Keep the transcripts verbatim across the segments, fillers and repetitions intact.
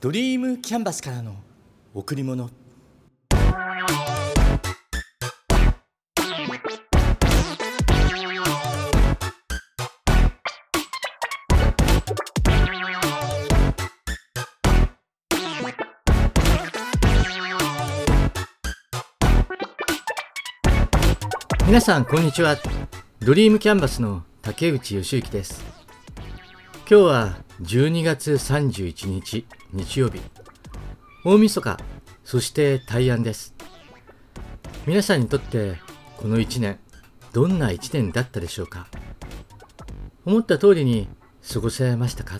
ドリームキャンバスからの贈り物。皆さんこんにちは。ドリームキャンバスの竹内義之です。今日はじゅうにがつさんじゅういちにち日曜日、大晦日、そして大安です。皆さんにとってこのいちねんどんないちねんだったでしょうか。思った通りに過ごせましたか。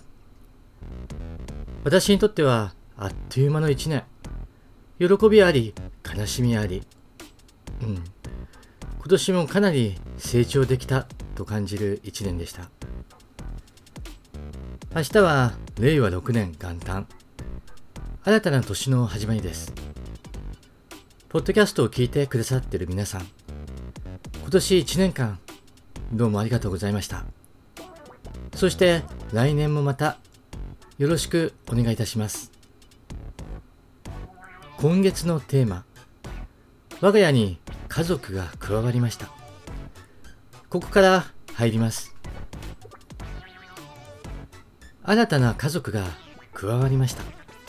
私にとってはあっという間のいちねん、喜びあり悲しみあり、うん今年もかなり成長できたと感じるいちねんでした。明日はれいわろくねん元旦、新たな年の始まりです。ポッドキャストを聞いてくださっている皆さん、今年いちねんかんどうもありがとうございました。そして来年もまたよろしくお願いいたします。今月のテーマ、我が家に家族が加わりました。ここから入ります。新たな家族が加わりました。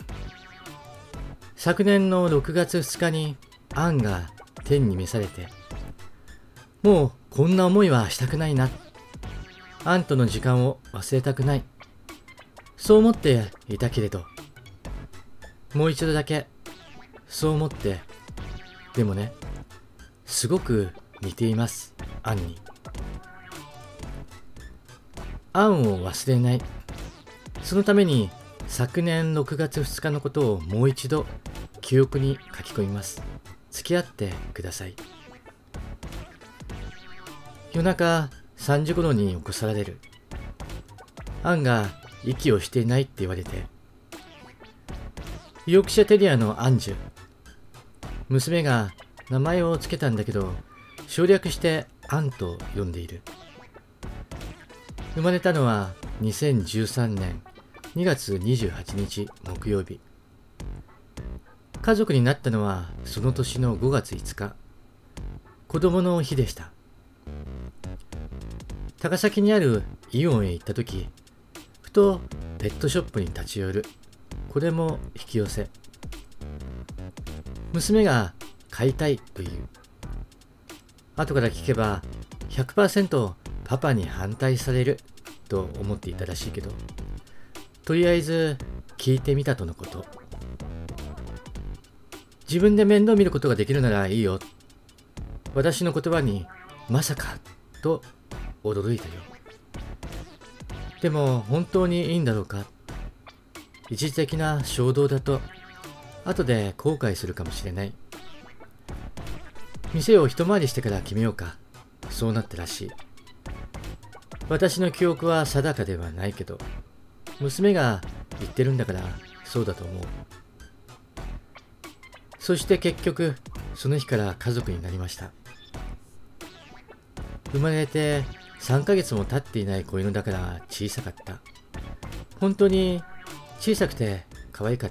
昨年のろくがつふつかにアンが天に召されて、もうこんな思いはしたくないな、アンとの時間を忘れたくない、そう思っていたけれど、もう一度だけそう思って、でもね、すごく似ています、アンに。アンを忘れない。そのために昨年ろくがつふつかのことをもう一度記憶に書き込みます。付き合ってください。夜中さんじ頃に起こされる。アンが息をしていないって言われて、ヨークシャテリアのアンジュ、娘が名前をつけたんだけど省略してアンと呼んでいる。生まれたのはにせんじゅうさんねんにがつにじゅうはちにち木曜日。家族になったのはその年のごがついつか、子供の日でした。高崎にあるイオンへ行った時、ふとペットショップに立ち寄る。これも引き寄せ。娘が飼いたいという。後から聞けば ひゃくパーセント パパに反対されると思っていたらしいけど、とりあえず聞いてみたとのこと。自分で面倒見ることができるならいいよ。私の言葉にまさかと驚いたよ。でも本当にいいんだろうか。一時的な衝動だと後で後悔するかもしれない。店を一回りしてから決めようか。そうなったらしい。私の記憶は定かではないけど、娘が言ってるんだからそうだと思う。そして結局その日から家族になりました。生まれてさんかげつも経っていない子犬だから小さかった。本当に小さくて可愛かった。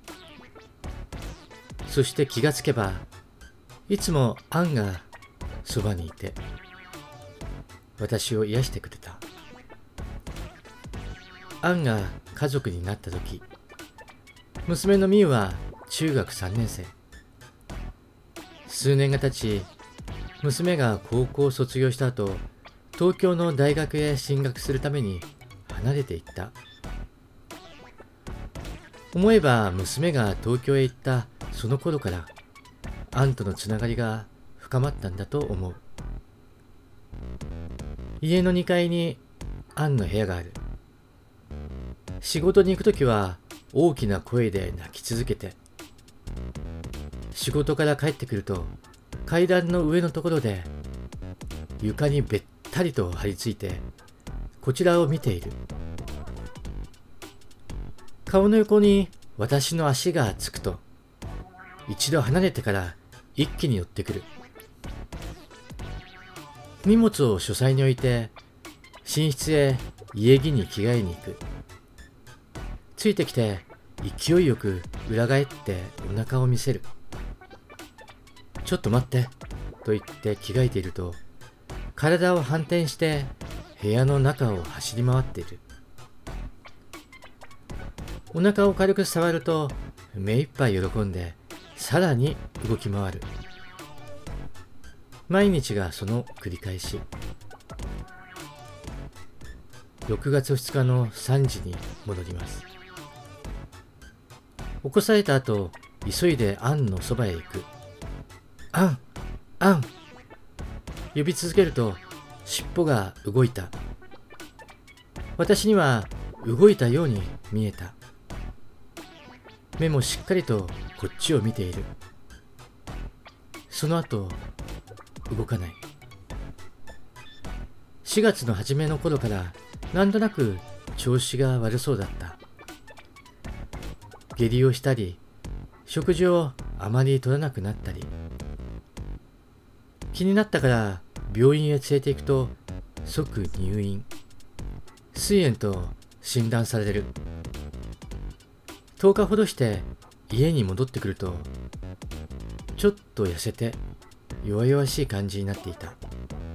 そして気がつけばいつもアンがそばにいて私を癒してくれた。アンが家族になった時、娘のミウは中学さんねんせい。数年が経ち、娘が高校を卒業した後、東京の大学へ進学するために離れていった。思えば娘が東京へ行ったその頃からアンとのつながりが深まったんだと思う。家のにかいにアンの部屋がある。仕事に行くときは大きな声で泣き続けて、仕事から帰ってくると階段の上のところで床にべったりと張り付いてこちらを見ている。顔の横に私の足がつくと一度離れてから一気に寄ってくる。荷物を書斎に置いて寝室へ家着に着替えに行く。ついてきて勢いよく裏返ってお腹を見せる。ちょっと待ってと言って着替えていると、体を反転して部屋の中を走り回っている。お腹を軽く触ると目いっぱい喜んでさらに動き回る。毎日がその繰り返し。ろくがつふつかのさんじに戻ります。起こされた後、急いでアンのそばへ行く。アン、アン。呼び続けると尻尾が動いた。私には動いたように見えた。目もしっかりとこっちを見ている。その後、動かない。しがつの初めの頃からなんとなく調子が悪そうだった。下痢をしたり、食事をあまり取らなくなったり。気になったから病院へ連れて行くと即入院。膵炎と診断される。とおかほどして家に戻ってくると、ちょっと痩せて弱々しい感じになっていた。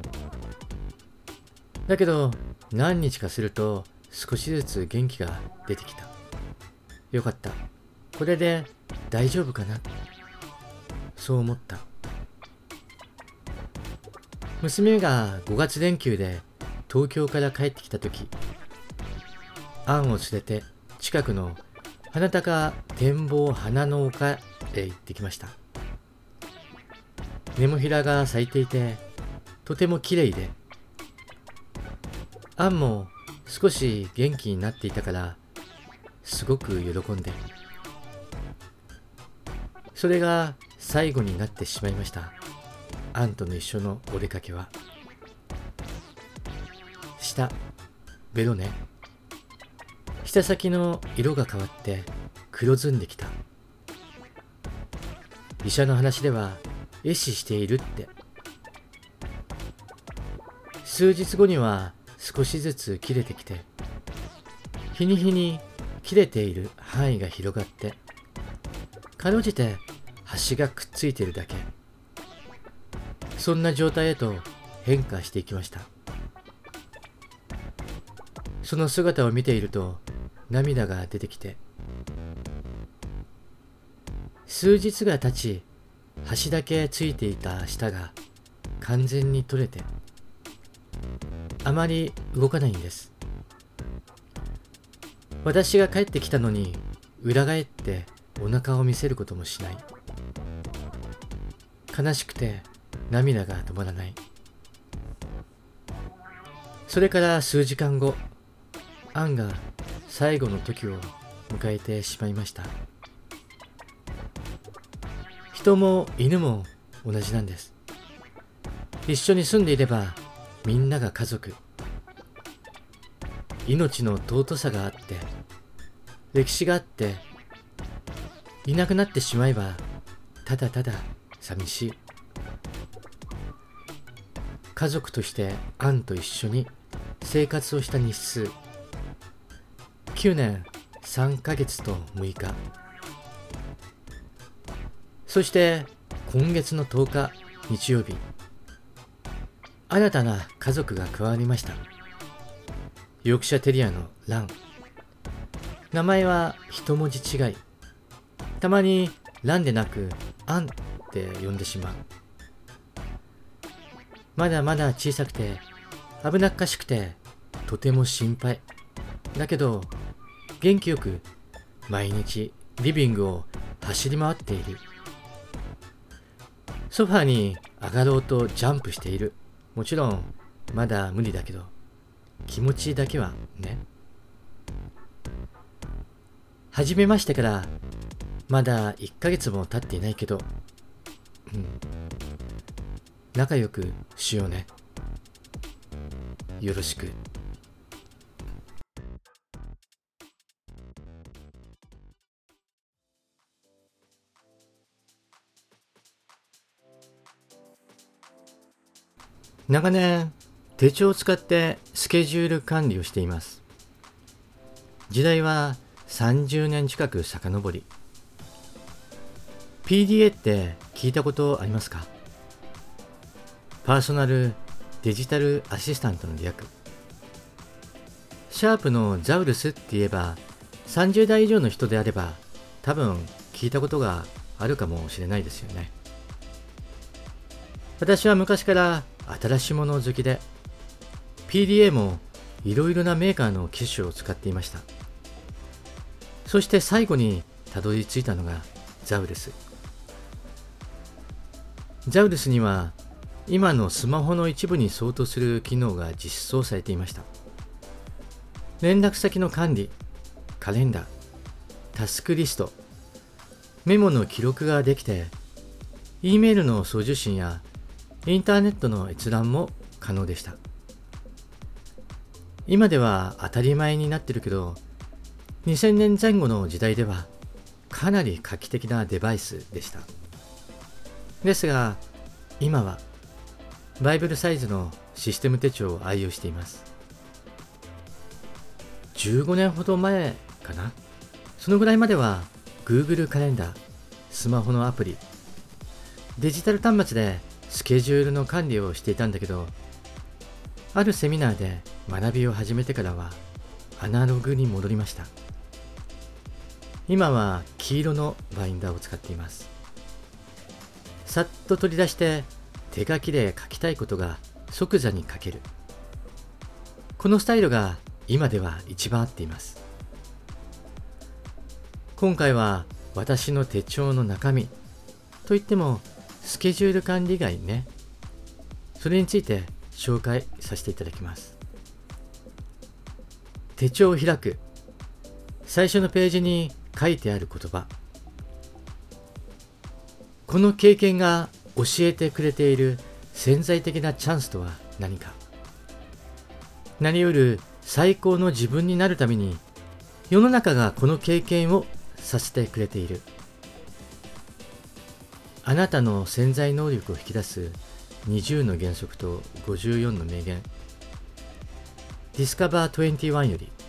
だけど何日かすると少しずつ元気が出てきた。よかった。これで大丈夫かな。そう思った。娘がごがつ連休で東京から帰ってきたとき、アンを連れて近くの花高展望花の丘へ行ってきました。ネモフィラが咲いていて、とても綺麗で、アンも少し元気になっていたから、すごく喜んで。それが最後になってしまいました。アンとの一緒のお出かけは。舌、ベロね。舌先の色が変わって黒ずんできた。医者の話では壊死しているって。数日後には少しずつ切れてきて、日に日に切れている範囲が広がって、かろうじて端がくっついているだけ。そんな状態へと変化していきました。その姿を見ていると涙が出てきて、数日が経ち、端だけついていた舌が完全に取れて、あまり動かないんです。私が帰ってきたのに裏返ってお腹を見せることもしない。悲しくて涙が止まらない。それから数時間後、アンが最後の時を迎えてしまいました。人も犬も同じなんです。一緒に住んでいればみんなが家族。命の尊さがあって、歴史があって、いなくなってしまえばただただ寂しい。家族としてアンと一緒に生活をした日数、きゅうねんさんかげつとむいか。そして今月のとおか日曜日、新たな家族が加わりました。ヨークシャテリアのラン。名前は一文字違い。たまにランでなくアンって呼んでしまう。まだまだ小さくて危なっかしくてとても心配。だけど元気よく毎日リビングを走り回っている。ソファーに上がろうとジャンプしている。もちろんまだ無理だけど、気持ちだけはね。初めましてからまだいっかげつも経っていないけど、うん、仲良くしようね。よろしく。長年手帳を使ってスケジュール管理をしています。時代はさんじゅうねん近く遡り、ピーディーエー って聞いたことありますか？パーソナルデジタルアシスタントの略。シャープのザウルスって言えば、さんじゅう代以上の人であれば多分聞いたことがあるかもしれないですよね。私は昔から新しいもの好きで、 ピーディーエー もいろいろなメーカーの機種を使っていました。そして最後にたどり着いたのがザウルス。ザウルスには今のスマホの一部に相当する機能が実装されていました。連絡先の管理、カレンダー、タスクリスト、メモの記録ができて、Eメールの送受信やインターネットの閲覧も可能でした。今では当たり前になってるけど、にせんねんぜん後の時代ではかなり画期的なデバイスでした。ですが、今はバイブルサイズのシステム手帳を愛用しています。じゅうごねんほど前かな。そのぐらいまでは Google カレンダー、スマホのアプリ、デジタル端末でスケジュールの管理をしていたんだけど、あるセミナーで学びを始めてからはアナログに戻りました。今は黄色のバインダーを使っています。さっと取り出して手書きで書きたいことが即座に書ける。このスタイルが今では一番合っています。今回は私の手帳の中身といってもスケジュール管理以外ね、それについて紹介させていただきます。手帳を開く。最初のページに書いてある言葉。この経験が教えてくれている潜在的なチャンスとは何か。なり得る最高の自分になるために、世の中がこの経験をさせてくれている。あなたの潜在能力を引き出すにじゅうの原則とごじゅうよんの名言。ディスカバーにじゅういちより。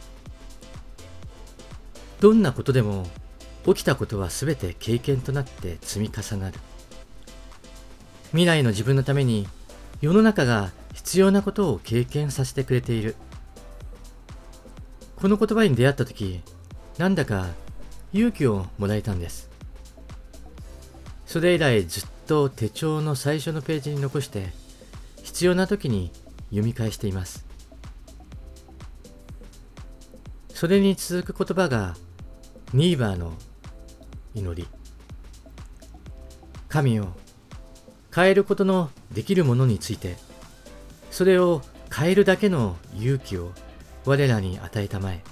どんなことでも起きたことはすべて経験となって積み重なる。未来の自分のために世の中が必要なことを経験させてくれている。この言葉に出会ったとき、なんだか勇気をもらえたんです。それ以来ずっと手帳の最初のページに残して、必要な時に読み返しています。それに続く言葉がニーバーの祈り。神よ、変えることのできるものについて、それを変えるだけの勇気を我らに与えたまえ。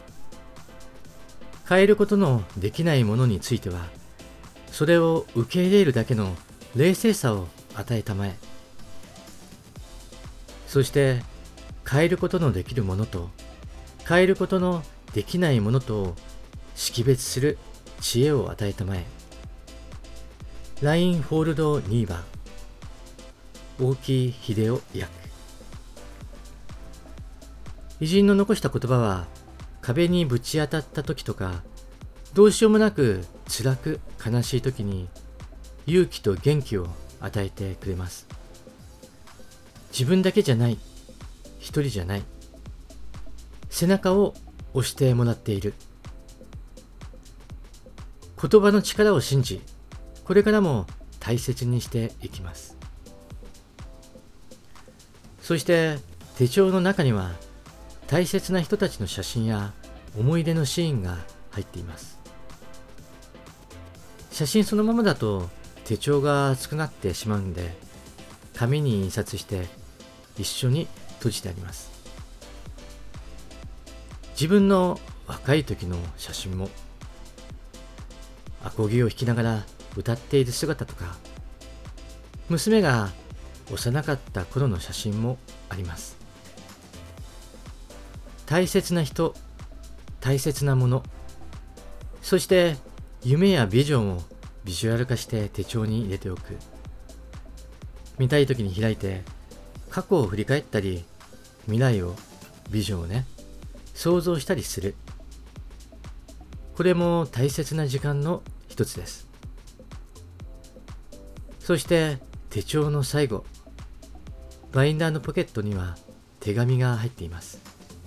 変えることのできないものについては、それを受け入れるだけの冷静さを与えたまえ。そして変えることのできるものと変えることのできないものとを識別する知恵を与えたまえ。ラインホールド・ニーバー、大木秀夫訳。偉人の残した言葉は、壁にぶち当たった時とか、どうしようもなく辛く悲しい時に勇気と元気を与えてくれます。自分だけじゃない、一人じゃない、背中を押してもらっている。言葉の力を信じ、これからも大切にしていきます。そして手帳の中には大切な人たちの写真や思い出のシーンが入っています。写真そのままだと手帳が熱くなってしまうんで、紙に印刷して一緒に閉じてあります。自分の若い時の写真も、アコギを弾きながら歌っている姿とか、娘が幼かった頃の写真もあります。大切な人、大切なもの、そして夢やビジョンをビジュアル化して手帳に入れておく。見たい時に開いて、過去を振り返ったり、未来を、ビジョンをね、想像したりする。 これも大切な時間の一つです。そして手帳の最後、バインダーのポケットには手紙が入っています。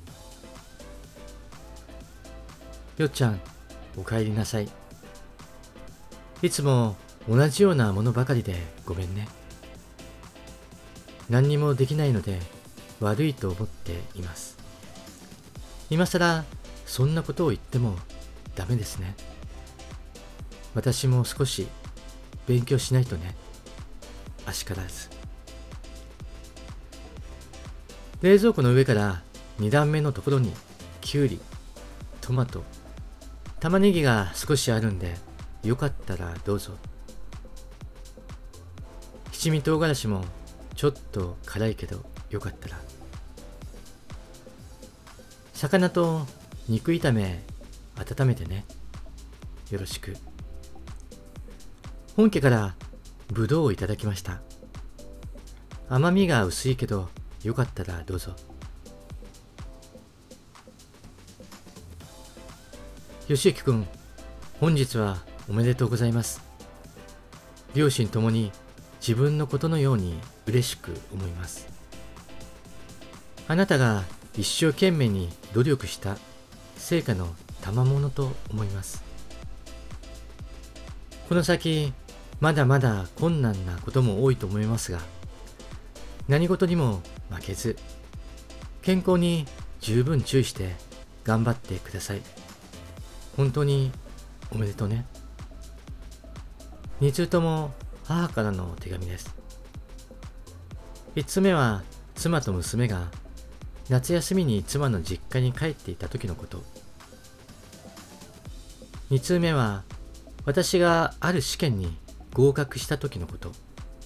よっちゃん、お帰りなさい。いつも同じようなものばかりでごめんね。何にもできないので悪いと思っています。今さらそんなことを言ってもダメですね。私も少し勉強しないとね。あしからず。冷蔵庫の上からに段目のところにきゅうり、トマト、玉ねぎが少しあるんで、よかったらどうぞ。七味唐辛子もちょっと辛いけどよかったら。魚と肉炒め温めてね。よろしく。本家からぶどうをいただきました。甘みが薄いけどよかったらどうぞ。よしゆきくん、本日はおめでとうございます。両親ともに自分のことのように嬉しく思います。あなたが一生懸命に努力した成果の賜物と思います。この先、まだまだ困難なことも多いと思いますが、何事にも負けず、健康に十分注意して頑張ってください。本当におめでとうね。に通とも母からの手紙です。いつつめは妻と娘が夏休みに妻の実家に帰っていた時のこと。に通目は私がある試験に合格した時のこと。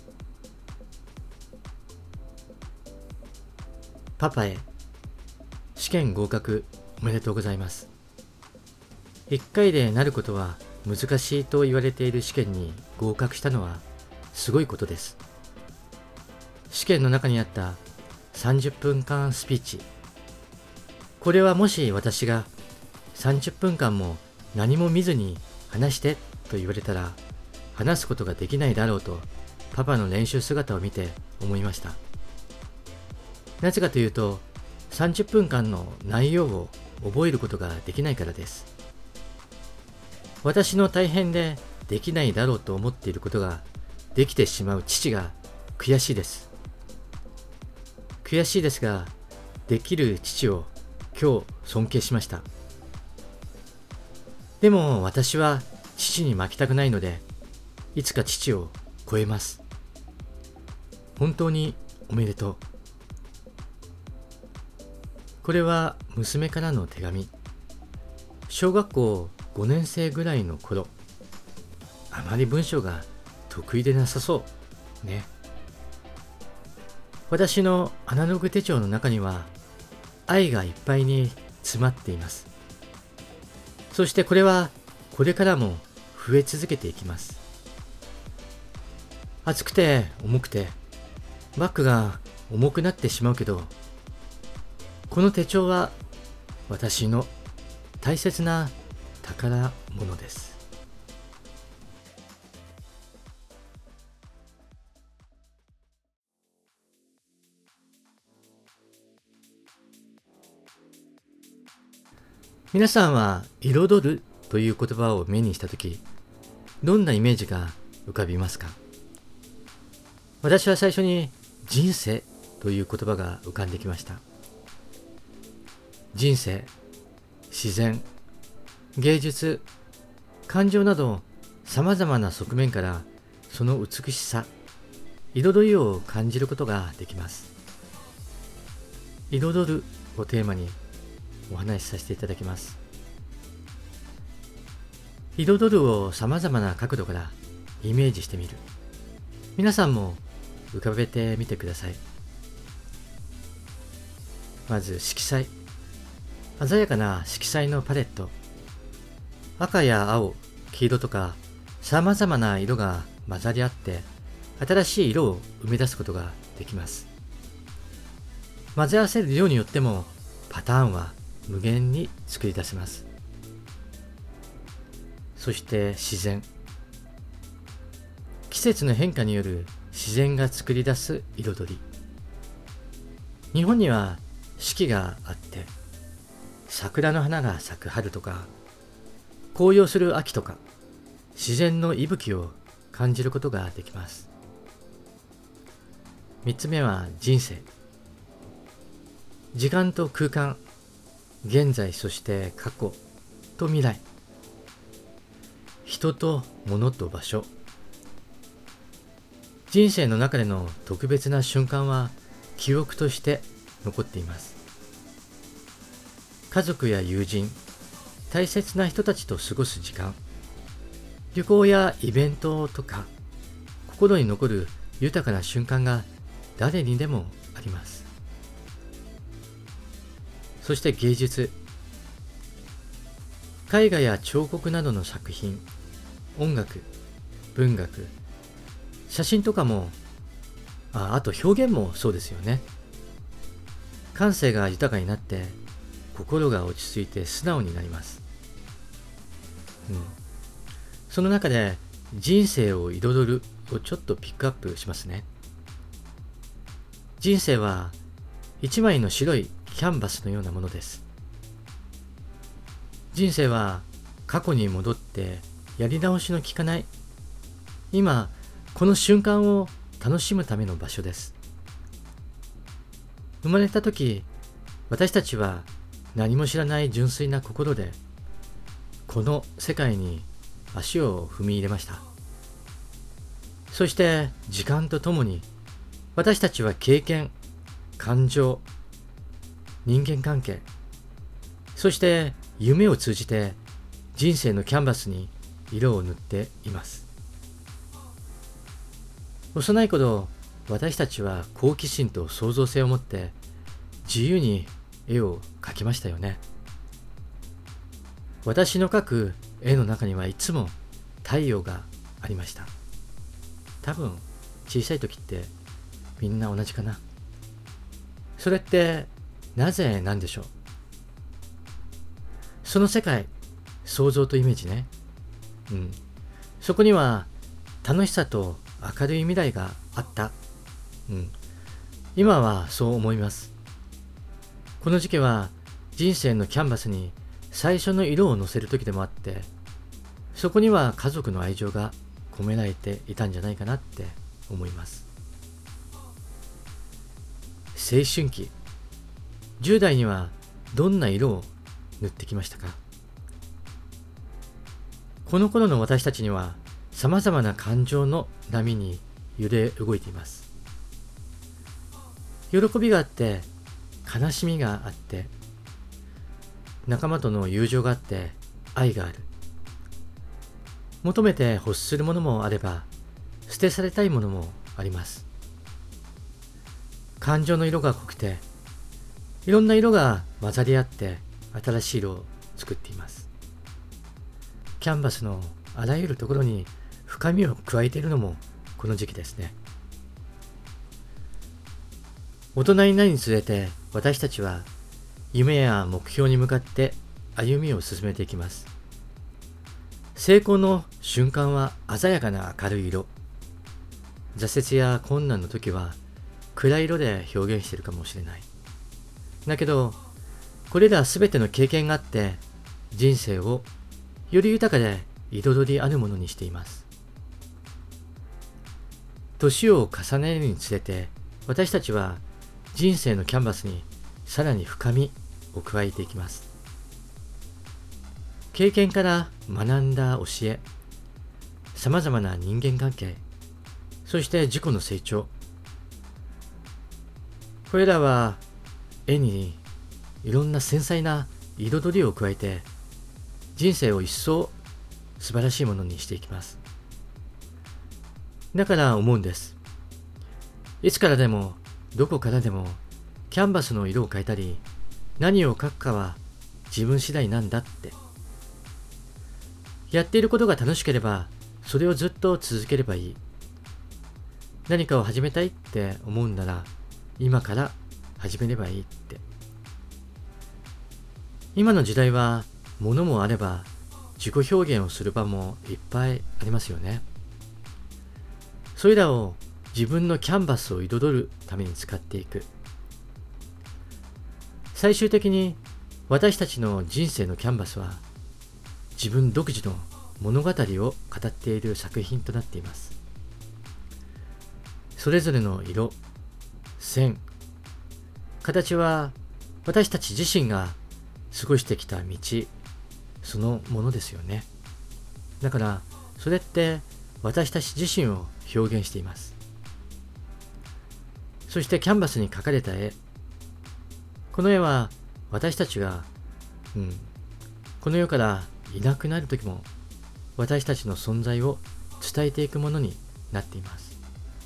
パパへ、試験合格おめでとうございます。一回でなることは難しいと言われている試験に合格したのはすごいことです。試験の中にあったさんじゅっぷんかんスピーチ。これはもし私がさんじゅっぷんかんも何も見ずに話してと言われたら話すことができないだろうとパパの練習姿を見て思いました。なぜかというとさんじゅっぷんかんの内容を覚えることができないからです。私の大変でできないだろうと思っていることができてしまう父が悔しいです。悔しいですが、できる父を今日尊敬しました。でも私は父に負けたくないので、いつか父を超えます。本当におめでとう。これは娘からの手紙。小学校ごねん生ぐらいの頃、あまり文章が得意でなさそうね。私のアナログ手帳の中には愛がいっぱいに詰まっています。そしてこれはこれからも増え続けていきます。厚くて重くてバッグが重くなってしまうけど、この手帳は私の大切な宝物です。皆さんは彩るという言葉を目にしたとき、どんなイメージが浮かびますか？私は最初に人生という言葉が浮かんできました。人生、自然、芸術、感情など様々な側面からその美しさ、彩りを感じることができます。彩るをテーマにお話しさせていただきます。彩るを様々な角度からイメージしてみる。皆さんも浮かべてみてください。まず色彩。鮮やかな色彩のパレット。赤や青、黄色とか様々な色が混ざり合って新しい色を生み出すことができます。混ぜ合わせる量によってもパターンは無限に作り出せます。 そして自然。季節の変化による自然が作り出す彩り。日本には四季があって、桜の花が咲く春とか、紅葉する秋とか、自然の息吹を感じることができます。三つ目は人生。時間と空間、現在そして過去と未来。人と物と場所。人生の中での特別な瞬間は記憶として残っています。家族や友人、大切な人たちと過ごす時間、旅行やイベントとか、心に残る豊かな瞬間が誰にでもあります。そして芸術。絵画や彫刻などの作品、音楽、文学、写真とかも、あ、あと表現もそうですよね。感性が豊かになって心が落ち着いて素直になります。うん、その中で人生を彩るをちょっとピックアップしますね。人生は一枚の白いキャンバスのようなものです。人生は過去に戻ってやり直しの効かない、今この瞬間を楽しむための場所です。生まれた時、私たちは何も知らない純粋な心でこの世界に足を踏み入れました。そして時間とともに私たちは経験、感情、人間関係、そして夢を通じて人生のキャンバスに色を塗っています。幼い頃、私たちは好奇心と創造性を持って自由に絵を描きましたよね。私の描く絵の中にはいつも太陽がありました。多分小さい時ってみんな同じかな。それってなぜなんでしょう。その世界、想像とイメージね。うん。そこには楽しさと明るい未来があった。うん。今はそう思います。この時期は人生のキャンバスに最初の色を乗せる時でもあって、そこには家族の愛情が込められていたんじゃないかなって思います。青春期、じゅう代にはどんな色を塗ってきましたか？この頃の私たちには様々な感情の波に揺れ動いています。喜びがあって、悲しみがあって、仲間との友情があって愛がある。求めて欲するものもあれば、捨てされたいものもあります。感情の色が濃くて、いろんな色が混ざり合って新しい色を作っています。キャンバスのあらゆるところに深みを加えているのもこの時期ですね。大人になるにつれて私たちは夢や目標に向かって歩みを進めていきます。成功の瞬間は鮮やかな明るい色。挫折や困難の時は暗い色で表現しているかもしれない。だけど、これらすべての経験があって人生をより豊かで彩りあるものにしています。年を重ねるにつれて私たちは人生のキャンバスにさらに深みを加えていきます。経験から学んだ教え、さまざまな人間関係、そして自己の成長。これらは絵にいろんな繊細な彩りを加えて人生を一層素晴らしいものにしていきます。だから思うんです。いつからでもどこからでもキャンバスの色を変えたり何を描くかは自分次第なんだって。やっていることが楽しければそれをずっと続ければいい。何かを始めたいって思うんなら今から始めればいいって。今の時代は物もあれば自己表現をする場もいっぱいありますよね。それらを自分のキャンバスを彩るために使っていく。最終的に私たちの人生のキャンバスは自分独自の物語を語っている作品となっています。それぞれの色、線、形は私たち自身が過ごしてきた道、そのものですよね。だからそれって私たち自身を表現しています。そしてキャンバスに描かれた絵、この絵は私たちが、うん、この世からいなくなる時も私たちの存在を伝えていくものになっています。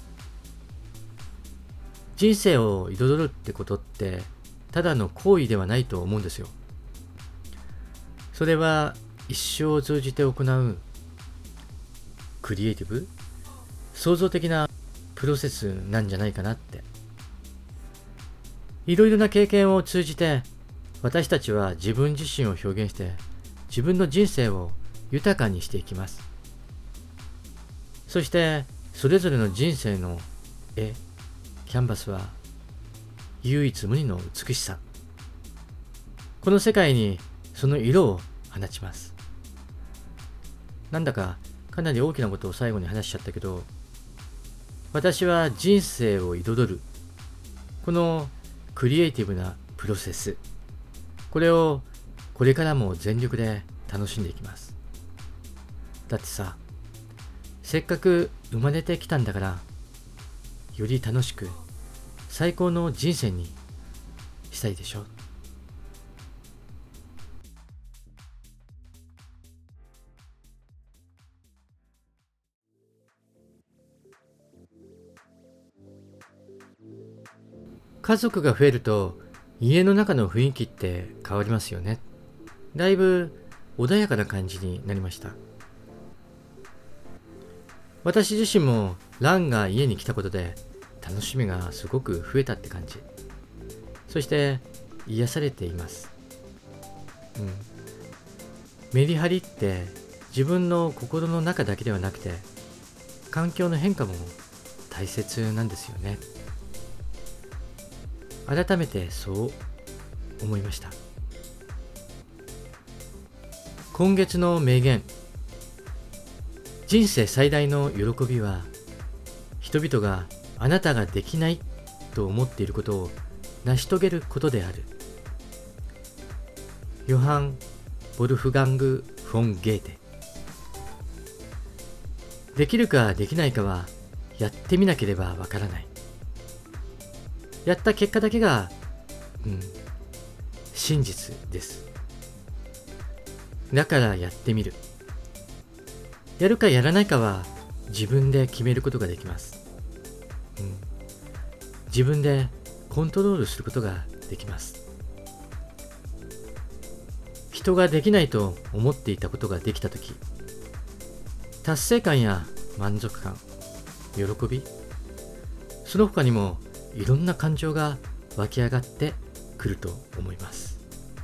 人生を彩るってことってただの行為ではないと思うんですよ。それは一生を通じて行うクリエイティブ、創造的なプロセスなんじゃないかなって。いろいろな経験を通じて私たちは自分自身を表現して自分の人生を豊かにしていきます。そしてそれぞれの人生の絵、キャンバスは唯一無二の美しさ、この世界にその色を放ちます。なんだかかなり大きなことを最後に話しちゃったけど、私は人生を彩るこのクリエイティブなプロセス、これをこれからも全力で楽しんでいきます。だってさ、せっかく生まれてきたんだから、より楽しく最高の人生にしたいでしょ。家族が増えると家の中の雰囲気って変わりますよね。だいぶ穏やかな感じになりました。私自身もランが家に来たことで楽しみがすごく増えたって感じ。そして癒されています。うん。メリハリって自分の心の中だけではなくて環境の変化も大切なんですよね。改めてそう思いました。今月の名言、人生最大の喜びは人々があなたができないと思っていることを成し遂げることである。ヨハン・ボルフガング・フォン・ゲーテ。できるかできないかはやってみなければわからない。やった結果だけが、うん、真実です。だからやってみる。やるかやらないかは自分で決めることができます。うん、自分でコントロールすることができます。人ができないと思っていたことができたとき、達成感や満足感、喜び、その他にもいろんな感情が湧き上がってくると思います。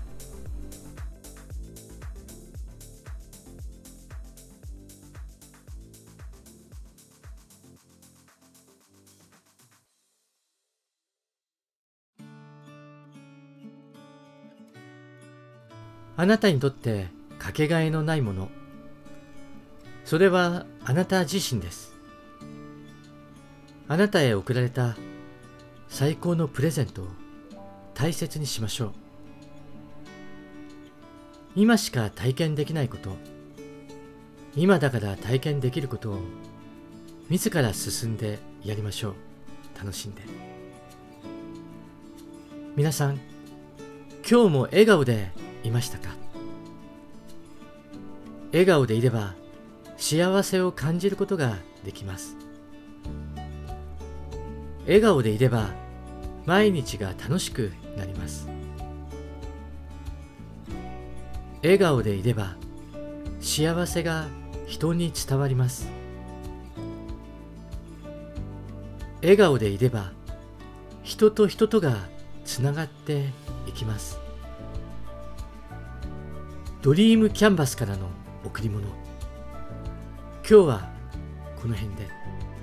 あなたにとってかけがえのないもの、それはあなた自身です。あなたへ贈られた最高のプレゼントを大切にしましょう。今しか体験できないこと、今だから体験できることを自ら進んでやりましょう。楽しんで。皆さん、今日も笑顔でいましたか？笑顔でいれば幸せを感じることができます。笑顔でいれば毎日が楽しくなります。笑顔でいれば幸せが人に伝わります。笑顔でいれば人と人とがつながっていきます。ドリームキャンバスからの贈り物。今日はこの辺で。